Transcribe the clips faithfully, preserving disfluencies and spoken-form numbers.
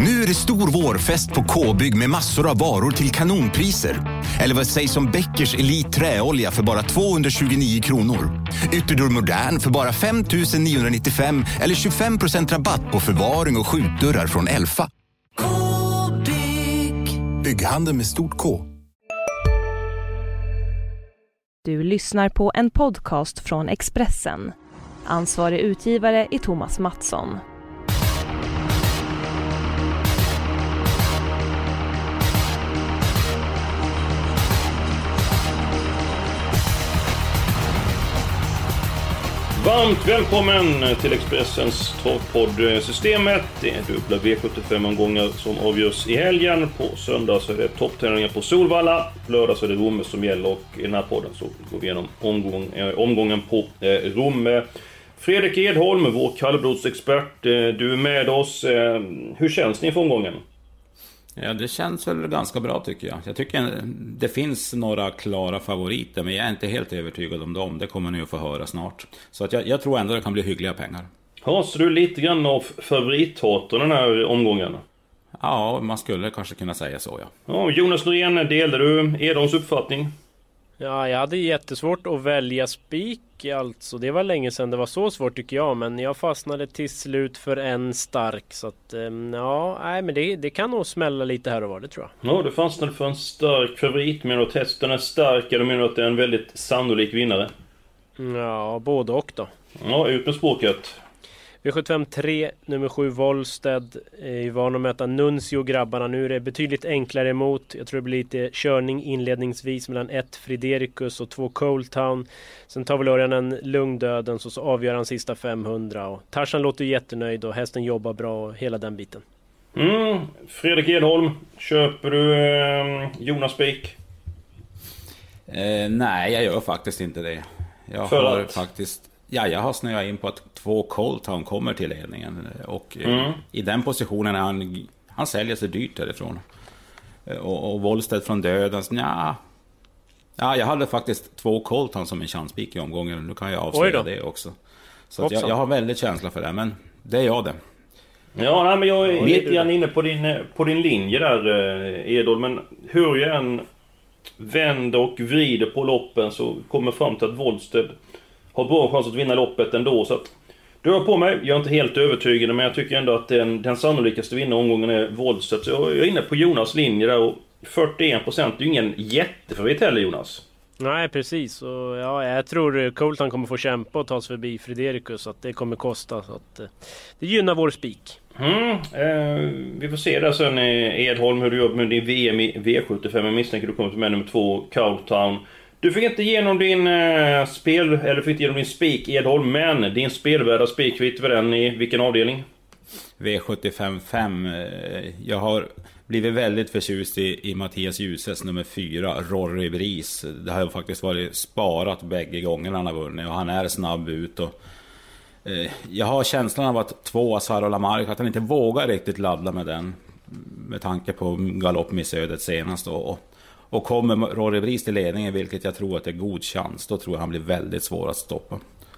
Nu är det stor vårfest på K-bygg med massor av varor till kanonpriser. Eller vad sägs om Bäckers Elite träolja för bara tvåhundratjugonio kronor. Ytterdörr Modern för bara fem tusen niohundranittiofem eller tjugofem procent rabatt på förvaring och skjutdörrar från Elfa. K-bygg. Bygghandel med stort K. Du lyssnar på en podcast från Expressen. Ansvarig utgivare är Thomas Mattsson. Varmt välkommen till Expressens travpodd-systemet. Det är dubbla V sjuttiofem-omgångar som avgörs i helgen. På söndag så är det topptävlingar på Solvalla. På lördag så är det Romme som gäller, och i den här podden så går vi igenom omgång, eh, omgången på eh, Romme. Fredrik Edholm, vår kallblodsexpert, eh, du är med oss. Eh, hur känns det inför omgången? Ja, det känns väl ganska bra tycker jag. Jag tycker det finns några klara favoriter, men jag är inte helt övertygad om dem. Det kommer ni att få höra snart. Så att jag, jag tror ändå det kan bli hyggliga pengar. Ja, så du är lite grann av favorithaten den här omgången? Ja, man skulle kanske kunna säga så, ja. Ja, Jonas Norén, delar du Edholms uppfattning? Ja, jag hade jättesvårt att välja spik, alltså. Det var länge sedan det var så svårt tycker jag, men jag fastnade till slut för en stark. Så att, ja, nej, men det, det kan nog smälla lite här och var, det tror jag. Ja, du fastnade för en stark favorit. Menar du att hästen är stark, eller menar du att det är en väldigt sannolik vinnare? Ja, både och då. Ja, ut med språket. V sjuttiofem tre, nummer sju Wollsted är van att möta Nuncio grabbarna. Nu är det betydligt enklare emot. Jag tror det blir lite körning inledningsvis mellan ett Fridericus och två Coldtown. Sen tar väl Örjan lugn döden, så, så avgör han sista femhundra. Och Tarzan låter jättenöjd och hästen jobbar bra och hela den biten. Mm, Fredrik Edholm, köper du eh, Jonas Spik? Eh, nej, jag gör faktiskt inte det. Jag För har att? faktiskt... Ja, jag har snöat in på att två Coldtown kommer till ledningen. Och Mm. eh, i den positionen är han... Han säljer sig dyrt därifrån. Eh, Och, och Wollsted från döden. Ja, ja, jag hade faktiskt två Coldtown som en chanspik i omgången. Nu kan jag avslöja det också. Så att jag, jag har väldigt känsla för det, men det är jag det. Ja, nej, men jag är lite grann inne på din, på din linje där, eh, Edholm. Men hur jag än vänder och vrider på loppen så kommer fram till att Wollsted har bra chans att vinna loppet ändå. Så att du har på mig, jag är inte helt övertygad, men jag tycker ändå att den, den sannolikaste vinnaromgången är Wollsted. Så jag är inne på Jonas linje där, och fyrtioen procent är ju ingen jättefavorit heller, Jonas. Nej, precis. Och ja, jag tror Coulton kommer få kämpa och ta sig förbi Fridericus, så att det kommer kosta. Så att, det gynnar vår spik. Mm, eh, vi får se där sen, Edholm, hur du jobbar med din V M i V sjuttiofem. Jag misstänker du kommer till med nummer två, Coulton. Du fick inte igenom din eh, spel, eller fick inte igenom din spik, Edholm, men din spelvärda spik, vet du den i vilken avdelning? V sjuttiofem fem. Jag har blivit väldigt förtjust i, i Mattias Ljuses nummer fyra, Rory Bris. Det har faktiskt varit sparat bägge gångerna han har vunnit, och han är snabb ut. Och, eh, jag har känslan av att två Azar och Lamarck, att han inte vågar riktigt ladda med den, med tanke på galoppmissödet senast. Och, och kommer Rory Bris till ledningen, vilket jag tror att det är god chans, då tror jag han blir väldigt svår att stoppa.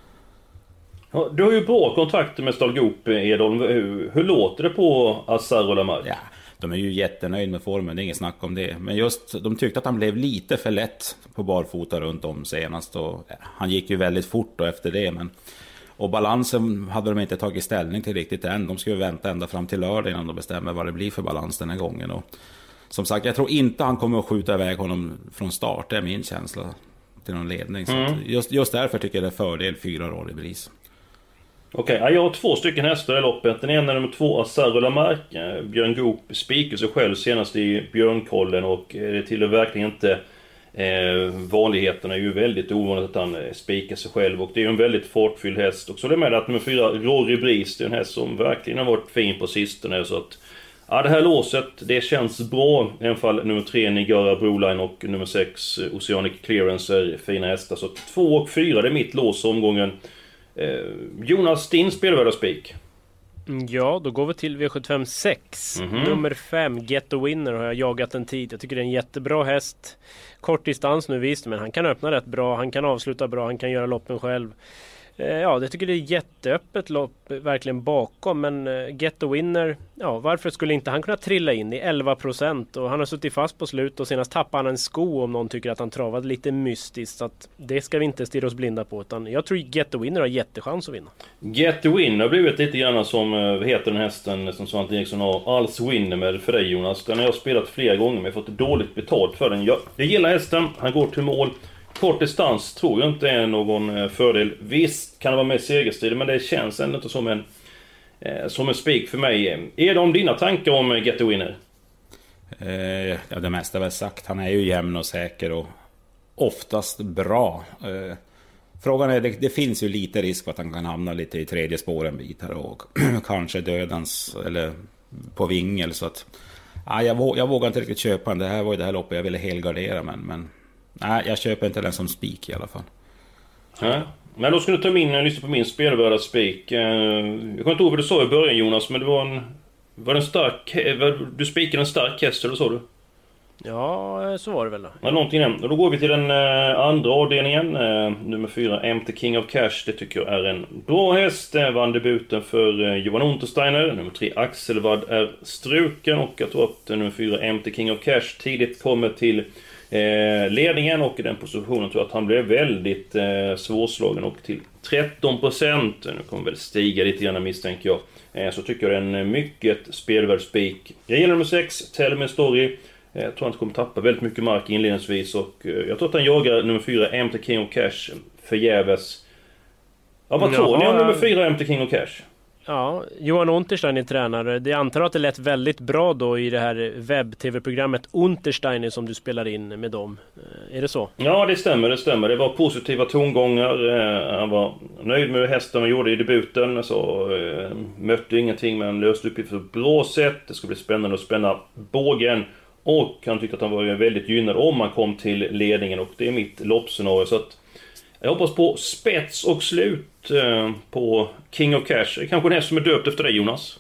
Ja, du har ju bra kontakter med Stalgop, Edholm. Hur, hur låter det på Azar och Lamarck? Ja, de är ju jättenöjd med formen, det är inget snack om det. Men just, de tyckte att han blev lite för lätt på barfota runt om senast. Och, ja, han gick ju väldigt fort då efter det. Men, och balansen hade de inte tagit ställning till riktigt än. De skulle vänta ända fram till lördag innan de bestämmer vad det blir för balans den här gången. Och, som sagt, jag tror inte han kommer att skjuta iväg honom från start. Det är min känsla till någon ledning. Så Mm. just, just därför tycker jag det är fördel fyra Rory Bris. Okej, okay, jag har två stycken hästar i loppet. Den ena är nummer två, Azar och Lamarck. Björn Goop spikade sig själv senast i Björnkollen, och det tillhör verkligen inte eh, vanligheterna. Är ju väldigt ovanligt att han spikar sig själv, och det är ju en väldigt fartfylld häst. Och så är det med att nummer fyra, Rory Bris, det är en häst som verkligen har varit fin på sistone. Så att ja, det här låset, det känns bra. I alla fall nummer tre, Nigara Broline, och nummer sex, Oceanic Clearance, är fina hästar. Så två och fyra, det är mitt lås omgången. Eh, Jonas, din spelvärda spik? Ja, då går vi till V sjuttiofem sex. Mm-hmm. Nummer fem, Get the Winner, har jag jagat en tid. Jag tycker det är en jättebra häst. Kort distans nu visst, men han kan öppna rätt bra. Han kan avsluta bra, han kan göra loppen själv. Ja, det tycker det är jätteöppet lopp verkligen bakom, men Get the Winner, ja, varför skulle inte han kunna trilla in i elva procent, och han har suttit fast på slut och senast tappade han en sko om någon tycker att han travade lite mystiskt, så att det ska vi inte stirra oss blinda på, utan jag tror Get the Winner har jättechans att vinna. Get the Winner har blivit lite grann som, vad heter den hästen som Svante Eriksson har, Alls Winner med för dig Jonas. Den har jag spelat flera gånger men jag har fått dåligt betalt för den. Jag, jag gillar hästen, han går till mål. Kort distans tror jag inte är någon fördel. Visst kan det vara med segerstrid, men det känns ändå inte som en eh, som en spik för mig. Är det om dina tankar om Get the Winner? Eh, ja, det mesta är väl sagt. Han är ju jämn och säker och oftast bra. Eh, frågan är, det, det finns ju lite risk för att han kan hamna lite i tredje spåren bit här och kanske dödens eller på vingel, så att ja, jag, våg, jag vågar inte riktigt köpa den. Det här var ju det här loppet jag ville helgardera, men, men nej, jag köper inte den som spik i alla fall. Nej. Men då ska du ta min och lyssna på min spelvärda spik. Jag kommer inte ihåg vad du sa i början Jonas, men det var en, var en stark, du spikade en stark häst, eller så du? Ja, så var det väl då. Ja, någonting nämnt. Och då går vi till den eh, andra avdelningen. Eh, nummer fyra, Empty King of Cash. Det tycker jag är en bra häst. Det vann debuten för eh, Johan Untersteiner. Nummer tre, Axelvad är struken. Och jag tror att eh, nummer fyra, Empty King of Cash tidigt kommer till eh, ledningen. Och i den positionen tror jag att han blev väldigt eh, svårslagen. Och till tretton procent. Nu kommer väl stiga lite grann misstänker jag. Eh, så tycker jag det är en mycket spelvärd spik. Jag gillar nummer sex, Tell Me Story. Jag tror att han kommer tappa väldigt mycket mark inledningsvis. Och jag tror att han jagar nummer fyra, Empty King of Cash, förgäves. Ja, vad tror ni om nummer fyra, Empty King of Cash? Ja, Johan Untersteiner är tränare. Det antar att det lät väldigt bra då i det här webb-tv-programmet Untersteiner som du spelar in med dem. Är det så? Ja, det stämmer, det stämmer. Det var positiva tongångar. Han var nöjd med hästen han gjorde i debuten. Så mötte ingenting, men löste upp på ett bra sätt. Det ska bli spännande att spänna bågen. Och han tyckte att han var väldigt gynnad om han kom till ledningen. Och det är mitt loppscenario. Så att jag hoppas på spets och slut eh, på King of Cash. Det är kanske en häst som är döpt efter dig Jonas.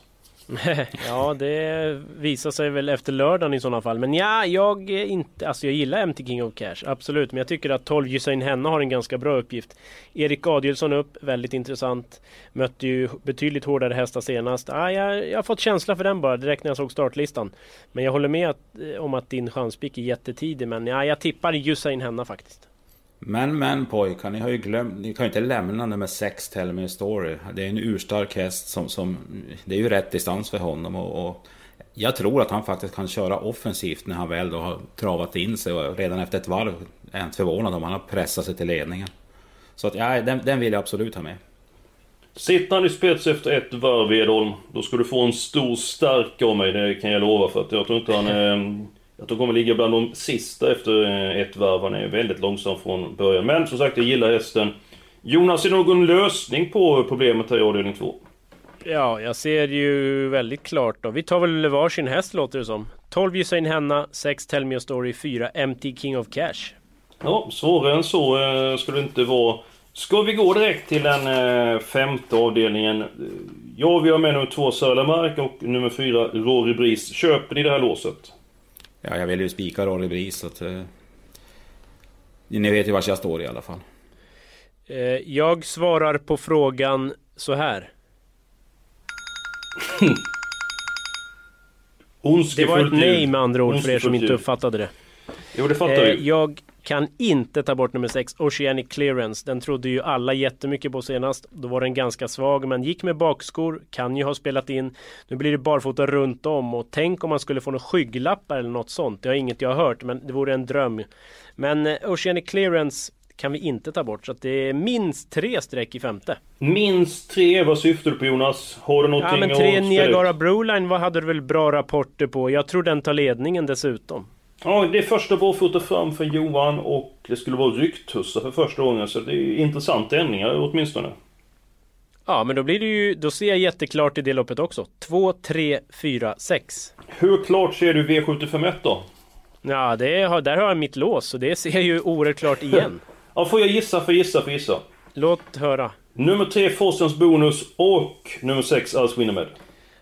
Ja, det visar sig väl efter lördagen i sådana fall. Men ja, jag inte, alltså jag gillar Empty King of Cash, absolut. Men jag tycker att tolv Usain Henna har en ganska bra uppgift. Erik Adielsson upp, väldigt intressant. Mötte ju betydligt hårdare hästar senast. Ah, jag, jag har fått känsla för den bara direkt när jag såg startlistan. Men jag håller med att, om att din chanspick är jättetidig. Men ja, jag tippar Usain Henna faktiskt. Men, men pojkar, ni har ju glömt, ni kan ju inte lämna nummer sex, Tell Me Story. Det är en urstark häst som, som det är ju rätt distans för honom och, och jag tror att han faktiskt kan köra offensivt när han väl då har travat in sig och redan efter ett varv är jag inte förvånad om han har pressat sig till ledningen. Så att ja, den, den vill jag absolut ha med. Sitter han i spets efter ett varv, Edholm, då ska du få en stor stark av mig, det kan jag lova, för att jag tror inte han är... Att de kommer ligga bland de sista efter ett varv. Han är väldigt långsam från början. Men som sagt, jag gillar hästen. Jonas, är det någon lösning på problemet här i avdelning två? Ja, jag ser ju väldigt klart då. Vi tar väl varsin häst låter det som. tolv Usain Henna, sex Tell Me a Story, fyra Empty King of Cash. Ja, svårare än så eh, skulle det inte vara. Ska vi gå direkt till den eh, femte avdelningen? Ja, vi har med nummer två Sörlamark och nummer fyra Rory Bris. Köper ni det här låset? Ja, jag vill ju spika Rory Bris, så att, eh, ni vet ju var jag står i alla fall. Eh, jag svarar på frågan så här. Det var ett nej med andra ord för er som inte uppfattade det. Jo, det fattar eh, vi. Jag kan inte ta bort nummer sex, Oceanic Clearance. Den trodde ju alla jättemycket på senast. Då var den ganska svag, men gick med bakskor. Kan ju ha spelat in. Nu blir det barfota runt om. Och tänk om man skulle få några skygglappar eller något sånt. Det har inget jag har hört, men det vore en dröm. Men eh, Oceanic Clearance kan vi inte ta bort. Så att det är minst tre streck i femte. Minst tre, vad syftar du på Jonas? Har du någonting? Ja, men tre Niagara Broline, vad hade du väl bra rapporter på? Jag tror den tar ledningen dessutom. Ja, det är första barfota fram för Johan och det skulle vara rycktussa för första gången, så det är intressanta ändringar åtminstone. Ja, men då blir det ju, då ser jag jätteklart i det loppet också. två, tre, fyra, sex. Hur klart ser du V sjuttiofem då? Ja, det är, där har jag mitt lås, så det ser jag ju oerhört klart igen. Ja, får jag gissa för gissa för gissa? Låt höra. Nummer tre, Forsens Bonus och nummer sex, Alls Winner med.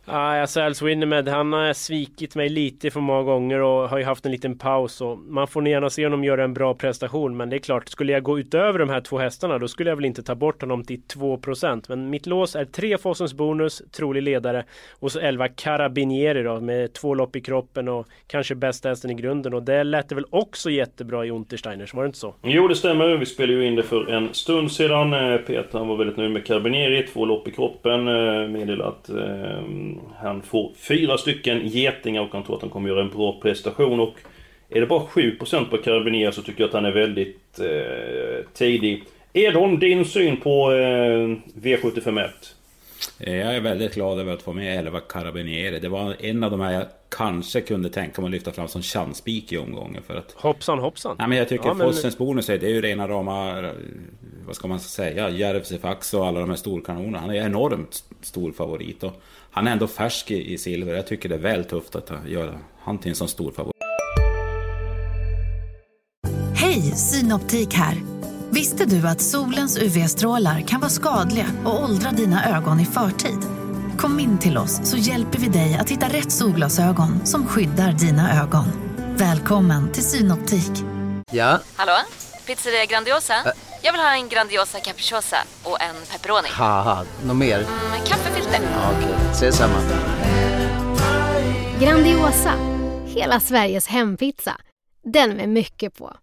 Ja, alltså Als Winnemed, han har svikit mig lite för många gånger och har ju haft en liten paus. Och man får gärna se honom göra en bra prestation, men det är klart, skulle jag gå utöver de här två hästarna, då skulle jag väl inte ta bort honom till två procent. Men mitt lås är tre Fossens bonus, trolig ledare, och så elva Carabinieri då, med två lopp i kroppen och kanske bästa hästen i grunden. Och det lät det väl också jättebra i Untersteiners, var det inte så? Jo, det stämmer. Vi spelade ju in det för en stund sedan. Peter, han var väldigt nöjd med Carabinieri, två lopp i kroppen, meddelade att eh, han får fyra stycken getingar och han tror att han kommer göra en bra prestation. Och är det bara sju procent på Carabinieri så tycker jag att han är väldigt eh, tidig. Edholm, din syn på eh, V sjuttiofem ett? Jag är väldigt glad över att få med elva Carabinieri. Det var en av de här jag kanske kunde tänka mig att lyfta fram som chanspik i omgången. För att... Hoppsan, hoppsan. Nej, men jag tycker ja, men... Fossens bonus är, det är ju rena rama, vad ska man säga, Järvsefax och alla de här storkanonerna. Han är enormt stor favorit och han är ändå färsk i, i silver. Jag tycker det är väl tufft att göra han till en sån stor favorit. Hej, Synoptik här. Visste du att solens U V-strålar kan vara skadliga och åldra dina ögon i förtid? Kom in till oss så hjälper vi dig att hitta rätt solglasögon som skyddar dina ögon. Välkommen till Synoptik. Ja? Hallå? Pizzeria Grandiosa? Ä- Jag vill ha en Grandiosa capriciosa och en pepperoni. Haha, något mer? Mm, kaffefilter. Ja, okej, okay. Ses samma. Grandiosa, hela Sveriges hempizza. Den med mycket på.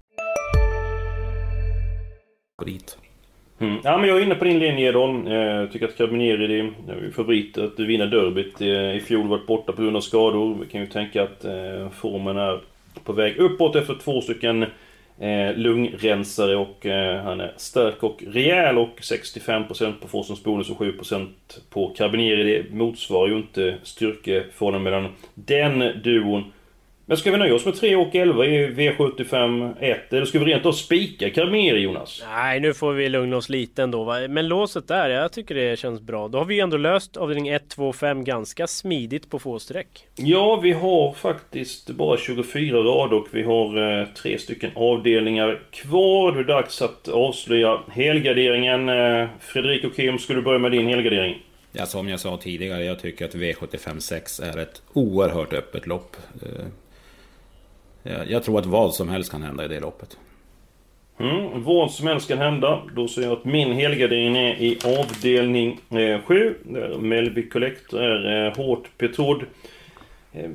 Mm. Ja, men jag är inne på din linje då. Jag tycker att Carabinieri är favorit att vinna derbyt. I fjol varit borta på grund av skador. Vi kan ju tänka att eh, formen är på väg uppåt efter två stycken eh, lungrensare och eh, han är stark och rejäl och sextiofem procent på Fossens bonus och sju procent på Carabinieri. Det motsvarar ju inte styrkeförhållanden mellan den duon. Men ska vi nöja oss med tre och elva i V sjuttiofem ett? Eller ska vi rent av spika Carabinieri, Jonas? Nej, nu får vi lugna oss lite ändå, va? Men låset där, jag tycker det känns bra. Då har vi ändå löst avdelning ett, två, fem ganska smidigt på få streck. Ja, vi har faktiskt bara tjugofyra rader och vi har eh, tre stycken avdelningar kvar. Det är dags att avslöja helgarderingen. Eh, Fredrik och Kim, skulle du börja med din helgardering? Ja, som jag sa tidigare, jag tycker att V sjuttiofem sex är ett oerhört öppet lopp. Eh, Jag tror att vad som helst kan hända i det loppet. Mm, vad som helst kan hända. Då ser jag att min helgardering är i avdelning eh, sju. Där Melby Collector är eh, hårt betrodd. Eh,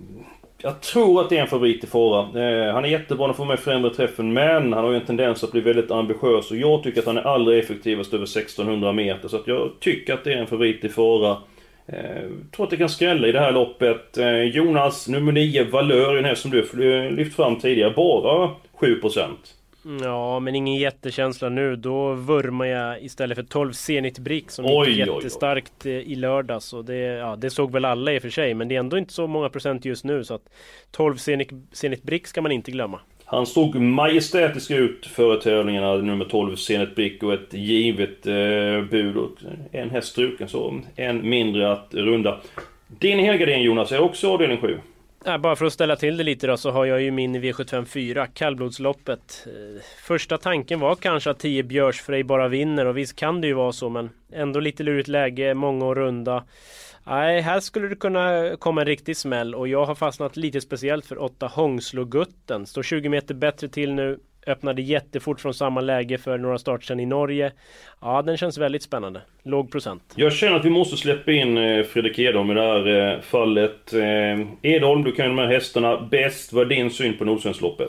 jag tror att det är en favorit i fara. Eh, han är jättebra att få med förändra träffen, men han har ju en tendens att bli väldigt ambitiös. Och jag tycker att han är allra effektivast över sextonhundra meter. Så att jag tycker att det är en favorit i fara. Jag tror att det kan skrälla i det här loppet. Jonas, nummer nio, Valör, den här som du lyft fram tidigare, bara sju procent. Ja, men ingen jättekänsla nu. Då vurmar jag istället för tolv Zenit Brick som oj, gick jättestarkt oj, oj. i lördags. Och det, ja, det såg väl alla i och för sig, men det är ändå inte så många procent just nu. Så att tolv Zenit, Zenit Brick ska man inte glömma. Han stod majestätisk ut före tävlingarna, nummer tolv Zenit Brick, och ett givet eh, bud och en häst struken, så en mindre att runda. Din helgardering, Jonas, är också avdelning sju. Ja, bara för att ställa till det lite då, så har jag ju min V sjuttiofem fyra, kallblodsloppet. Första tanken var kanske att tio Björsfrej bara vinner, och visst kan det ju vara så, men ändå lite lurigt läge, många att runda. Nej, här skulle det kunna komma en riktig smäll, och jag har fastnat lite speciellt för åtta Hångslogutten. Står tjugo meter bättre till nu, öppnade jättefort från samma läge för några start sedan i Norge. Ja, den känns väldigt spännande. Låg procent. Jag känner att vi måste släppa in Fredrik Edholm i det här fallet. Edholm, du kan ju de här hästarna bäst. Vad är din syn på Nordsvenskloppet?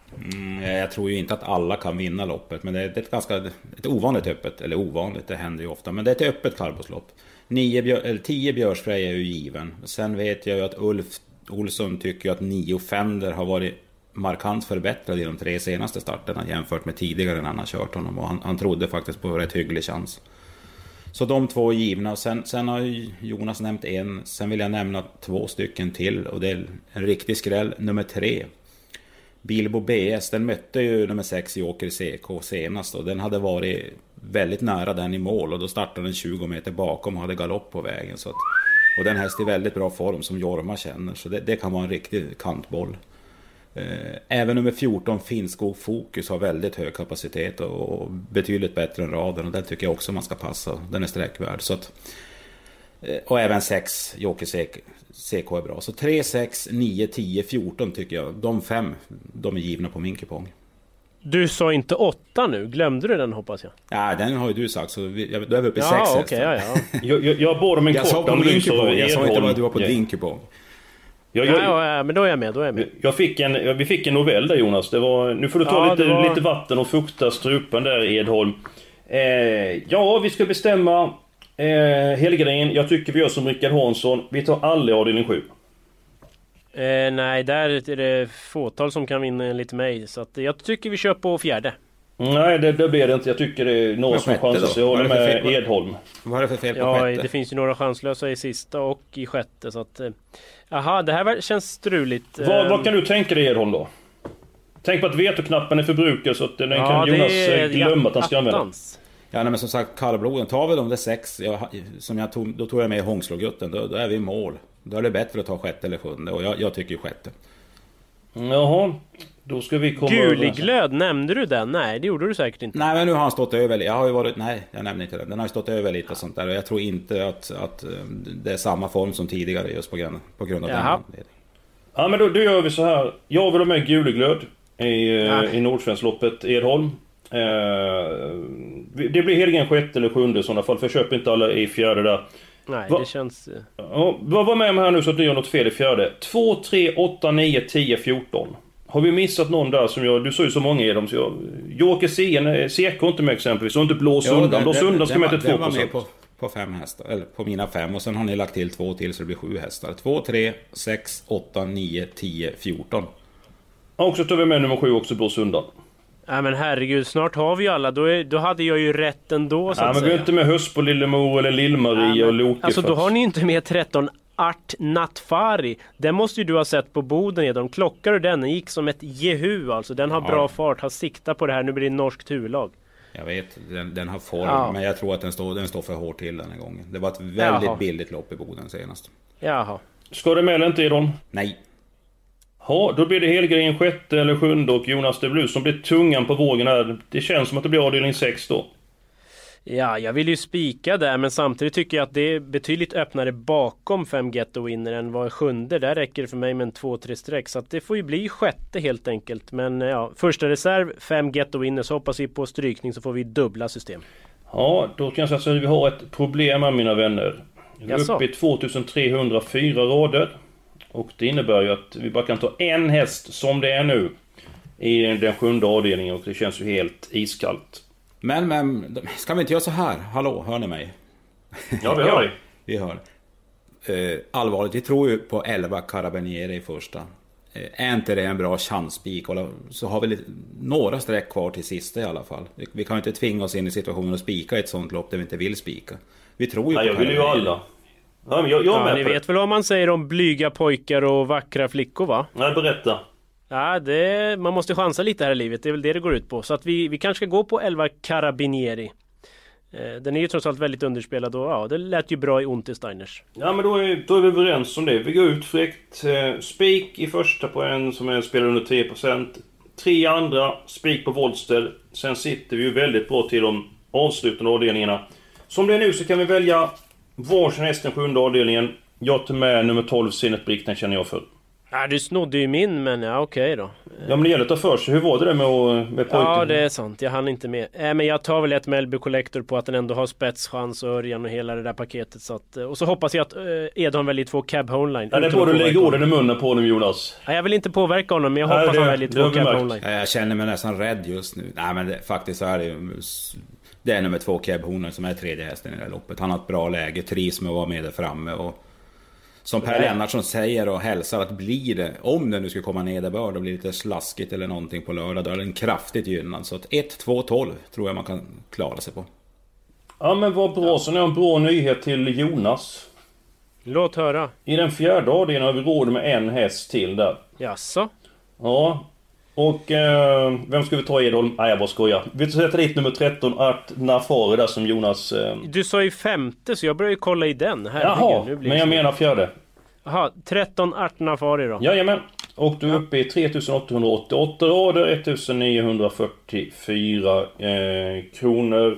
Mm, jag tror ju inte att alla kan vinna loppet, men det är ett ganska ett ovanligt öppet, eller ovanligt, det händer ju ofta, men det är ett öppet kallblodslopp. Nio björ, eller tio Björsfrej är ju given. Sen vet jag ju att Ulf Olsson tycker att nio Fender har varit markant förbättrad i de tre senaste starterna jämfört med tidigare när han har kört honom, och han, han trodde faktiskt på rätt hygglig chans. Så de två är givna. Sen, sen har Jonas nämnt en. Sen vill jag nämna två stycken till, och det är en riktig skräll. Nummer tre, Bilbo B S, den mötte ju nummer sex i Åker C K senast, och den hade varit väldigt nära den i mål, och då startade den tjugo meter bakom och hade galopp på vägen. Så att, och den häst är i väldigt bra form som Jorma känner, så det, det kan vara en riktig kantboll. Även nummer fjorton Finskog Fokus har väldigt hög kapacitet och betydligt bättre än raden, och den tycker jag också man ska passa. Den är sträckvärd. Så att Och även sex Joker C K är bra. Så tre, sex, nio, tio, fjorton tycker jag. De fem, de är givna på min kupong. Du sa inte åtta nu, glömde du den hoppas jag? Ja, den har ju du sagt, så vi, då är vi uppe i ja, sex okay, ja, ja. jag, jag, jag bad om en jag kort sa på min kupong, jag sa inte vad du var på ja. din kupong. Jag, jag, ja, ja, men då är jag med, då är jag med. Jag fick en, vi fick en novell där Jonas, det var, nu får du ta ja, lite, var... lite vatten och fukta strupen där Edholm. Eh, ja, vi ska bestämma eh, Helgardin, jag tycker vi gör som Rickard Hansson, vi tar aldrig avdelning sju. Eh, nej, där är det fåtal som kan vinna lite mig. Så att jag tycker vi kör på fjärde. Nej, det, det blir det inte. Jag tycker det är några som chansar sig. Jag håller med Edholm. Vad är det för fel på ja, sjätte? Det finns ju några chanslösa i sista och i sjätte. Så att, aha, det här känns struligt. Vad, vad kan du tänka dig Edholm då? Tänk på att vetoknappen är förbrukad så att den ja, kan Jonas är, glömma att han ska använda. Ja, nej, men som sagt, kallbloden, tar vi de där sex jag, som jag tog, då tog jag med Hångslågutten, då, då är vi i mål. Då är det bättre att ta sjätte eller sjunde, och jag, jag tycker ju sjätte. Jaha, då ska vi komma Guliglöd, nämnde du den? Nej, det gjorde du säkert inte. Nej, men nu har han stått över. Jag har ju varit, nej, jag nämnde inte den. Den har ju stått över lite och sånt där, och jag tror inte att, att det är samma form som tidigare just på grund, på grund av Jaha. den. Ja, men då, då gör vi så här. Jag vill ha med Guliglöd i, ja. i Nordsvenskloppet, Edholm. Eh, det blir Helgen sjätte eller sjunde i sådana fall, för jag köper inte alla i fjärde där. Nej, Va? det känns... Ja, vad var med mig här nu så att du gör något fel i fjärde? två, tre, åtta, nio, tio, fjorton. Har vi missat någon där som jag... Du sa ju så många i dem så jag... Joker C K inte med exempelvis, och inte Blå Sundan. Blå Sundan ska med till två procent. Den var med på, på fem hästar, eller på mina fem, och sen har ni lagt till två till så det blir sju hästar. två, tre, sex, åtta, nio, tio, fjorton. Ja, och så tar vi med nummer sju också, Blå Sundan. Ja, men herregud, snart har vi alla. Då, är, då hade jag ju rätt ändå, så ja, att men säga. vi är inte med Höst på Lillemor eller Lill-Marie ja, och Loke. Alltså, fast. då har ni inte med tretton Art Natfari. Den måste ju du ha sett på Boden i. De klockar och den gick som ett jehu. Alltså, den har ja. bra fart, har siktat på det här. Nu blir det norskt huvudlag. Jag vet, den, den har form, ja. men jag tror att den står, den står för hårt till den här gången. Det var ett väldigt Jaha. billigt lopp i Boden senast. Jaha. Ska det med eller inte, Edholm? Nej. Ja, då blir det Helgren sjätte eller sjunde och Jonas de Blus som blir tungan på vågen här. Det känns som att det blir avdelning sex då. Ja, jag vill ju spika där, men samtidigt tycker jag att det är betydligt öppnare bakom fem Ghetto Winner än vad sjunde. Där räcker det för mig med en två tre streck, så att det får ju bli sjätte helt enkelt. Men ja, första reserv, fem Ghetto Winner, så hoppas vi på strykning så får vi dubbla system. Ja, då kan jag säga att vi har ett problem här, mina vänner. Vi är uppe i tvåtusentrehundrafyra rader. Och det innebär ju att vi bara kan ta en häst som det är nu i den sjunde avdelningen, och det känns ju helt iskallt. Men, men ska vi inte göra så här? Hallå, hör ni mig? Ja, vi hör dig. Vi hör. Eh, allvarligt, vi tror ju på elva Carabinieri i första. Eh, är inte det en bra chanspik? Så har vi lite, några streck kvar till sista i alla fall. Vi, vi kan ju inte tvinga oss in i situationen att spika ett sånt lopp där vi inte vill spika. Vi tror ju Nej, på jag vill ju alla. Ja, men jag, jag ja, ni vet det. Väl vad man säger om blyga pojkar och vackra flickor, va? Nej, berätta. Ja, det, man måste chansa lite här i livet. Det är väl det det går ut på. Så att vi, vi kanske ska gå på elva Carabinieri. Eh, den är ju trots allt väldigt underspelad och ja, det lät ju bra i Untersteiners. Ja, men då är, då är vi överens om det. Vi går ut fräckt. Eh, spik i första på en som är spelar under tre procent. Tre andra, spik på Wollsted. Sen sitter vi ju väldigt bra till de avslutande avdelningarna. Som det är nu så kan vi välja varsin häst den sjunde avdelningen. Jag tar med nummer tolv, Sinnet Brick, den känner jag för. Ja, du snodde ju min, men ja, okej då. Ja, men det gäller att ta för sig. Hur var det där med, med pojken? Ja, det är sant. Jag hann inte med. Äh, men jag tar väl ett Melby Collector på att den ändå har spetschans och Örjan och hela det där paketet. Så att, och så hoppas jag att äh, Edholm väljer två Cab Homeline. Ja, det får du lägga orden i munnen på honom, Jonas. Ja, jag vill inte påverka honom, men jag hoppas det, han väljer två Cab Homeline. Ja, jag känner mig nästan rädd just nu. Nej, men det, faktiskt så är det ju... Det är nummer två Cab Homeline som är tredje hästen i det här loppet. Han har ett bra läge, trivs med att vara med där framme och... Som Per Lennartsson säger och hälsar att blir det, om det nu ska komma nederbörd och bli lite slaskigt eller någonting på lördag, då är den kraftigt gynnad. Så att ett, två, tolv tror jag man kan klara sig på. Ja, men vad bra. Så nu har en bra nyhet till Jonas. Låt höra. I den fjärde avdelningen har vi råd med en häst till där. Jaså? Ja. Och eh, vem ska vi ta, Edholm? Nej, jag bara skojar. Vi sätter dit nummer tretton, Art Nafari där som Jonas... Eh... Du sa ju femte, så jag börjar ju kolla i den. Herregud, Jaha, nu blir men jag så... menar fjärde. Jaha, tretton Art Nafari då. Jajamän. Och du är uppe i tre tusen åttahundraåttioåtta rader, ett tusen niohundrafyrtiofyra eh, kronor.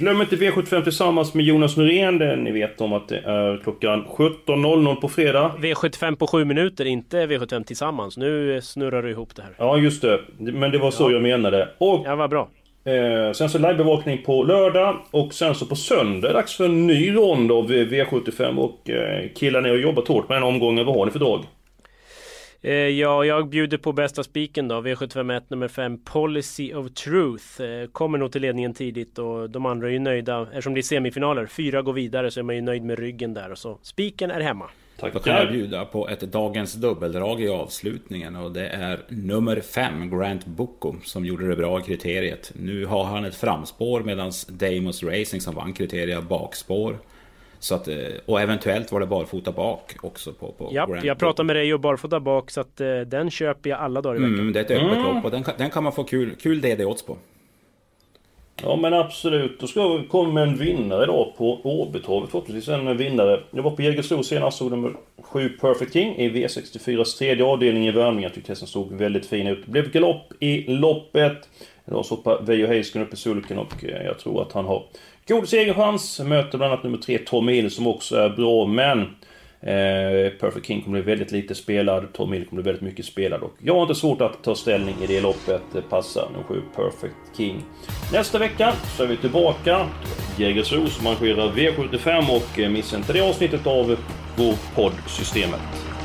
Glöm inte V sjuttiofem tillsammans med Jonas Norén. Ni vet om att det är klockan sjutton noll noll på fredag. V sjuttiofem på sju minuter, inte V sjuttiofem tillsammans. Nu snurrar du ihop det här. Ja, just det. Men det var så ja. jag menade. Och, ja, vad bra. Eh, sen så livebevakning på lördag. Och sen så på söndag är det dags för en ny rond av V sjuttiofem. Och eh, killarna är och jobbat hårt med den omgången. Vad har ni för drag? Eh, ja, jag bjuder på bästa spiken då. V sjuttiofem ett nummer fem Policy of Truth. Eh, kommer nog till ledningen tidigt och de andra är ju nöjda. Eftersom det är semifinaler, fyra går vidare så är man ju nöjd med ryggen där. Och så spiken är hemma. Tack. Då kan jag bjuda på ett dagens dubbeldrag i avslutningen. Och det är nummer fem Grant Boko som gjorde det bra i kriteriet. Nu har han ett framspår medan Damos Racing som vann kriteriet bakspår. Så att, och eventuellt var det barfota bak också på, på ja, Grand jag pratar med dig och barfota bak så att uh, den köper jag alla dagar i veckan. Mm, det är ett öppet mm. lopp och den, den kan man få kul, kul D D-odds på. Ja men absolut, då ska vi komma med en vinnare idag på Åbytravet. Förhoppningsvis en vinnare. Jag var på Jägersro senast, såg nummer sju Perfect King i V sextiofyras tredje avdelning i värmning. Jag tyckte hästen såg väldigt fin ut. Det blev galopp i loppet. Jag såg på Veijo Heiskun upp i sulken och jag tror att han har god segerchans. Möter bland annat nummer tre Tom Hill som också är bra, men eh, Perfect King kommer bli väldigt lite spelad. Tom Hill kommer bli väldigt mycket spelad och jag har inte svårt att ta ställning i det loppet. Det passar nummer sju Perfect King. Nästa vecka så är vi tillbaka. Jägersro som arrangerar V sjuttiofem och missa inte det avsnittet av vår poddsystemet.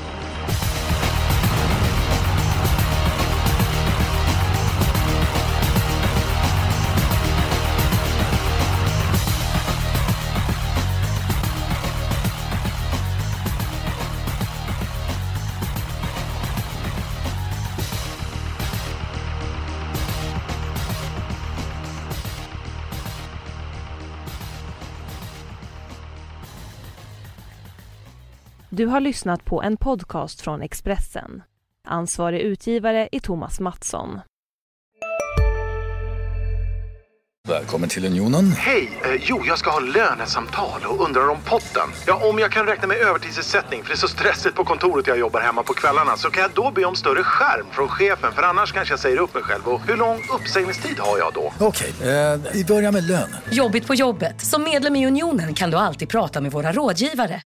Du har lyssnat på en podcast från Expressen. Ansvarig utgivare är Thomas Mattsson. Välkommen till Unionen. Hej, eh, jo jag ska ha lönesamtal och undrar om potten. Ja, om jag kan räkna med övertidsersättning för det är så stressigt på kontoret jag jobbar hemma på kvällarna så kan jag då be om större skärm från chefen för annars kanske jag säger upp mig själv. Och hur lång uppsägningstid har jag då? Okej, eh, vi börjar med lön. Jobbigt på jobbet. Som medlem i Unionen kan du alltid prata med våra rådgivare.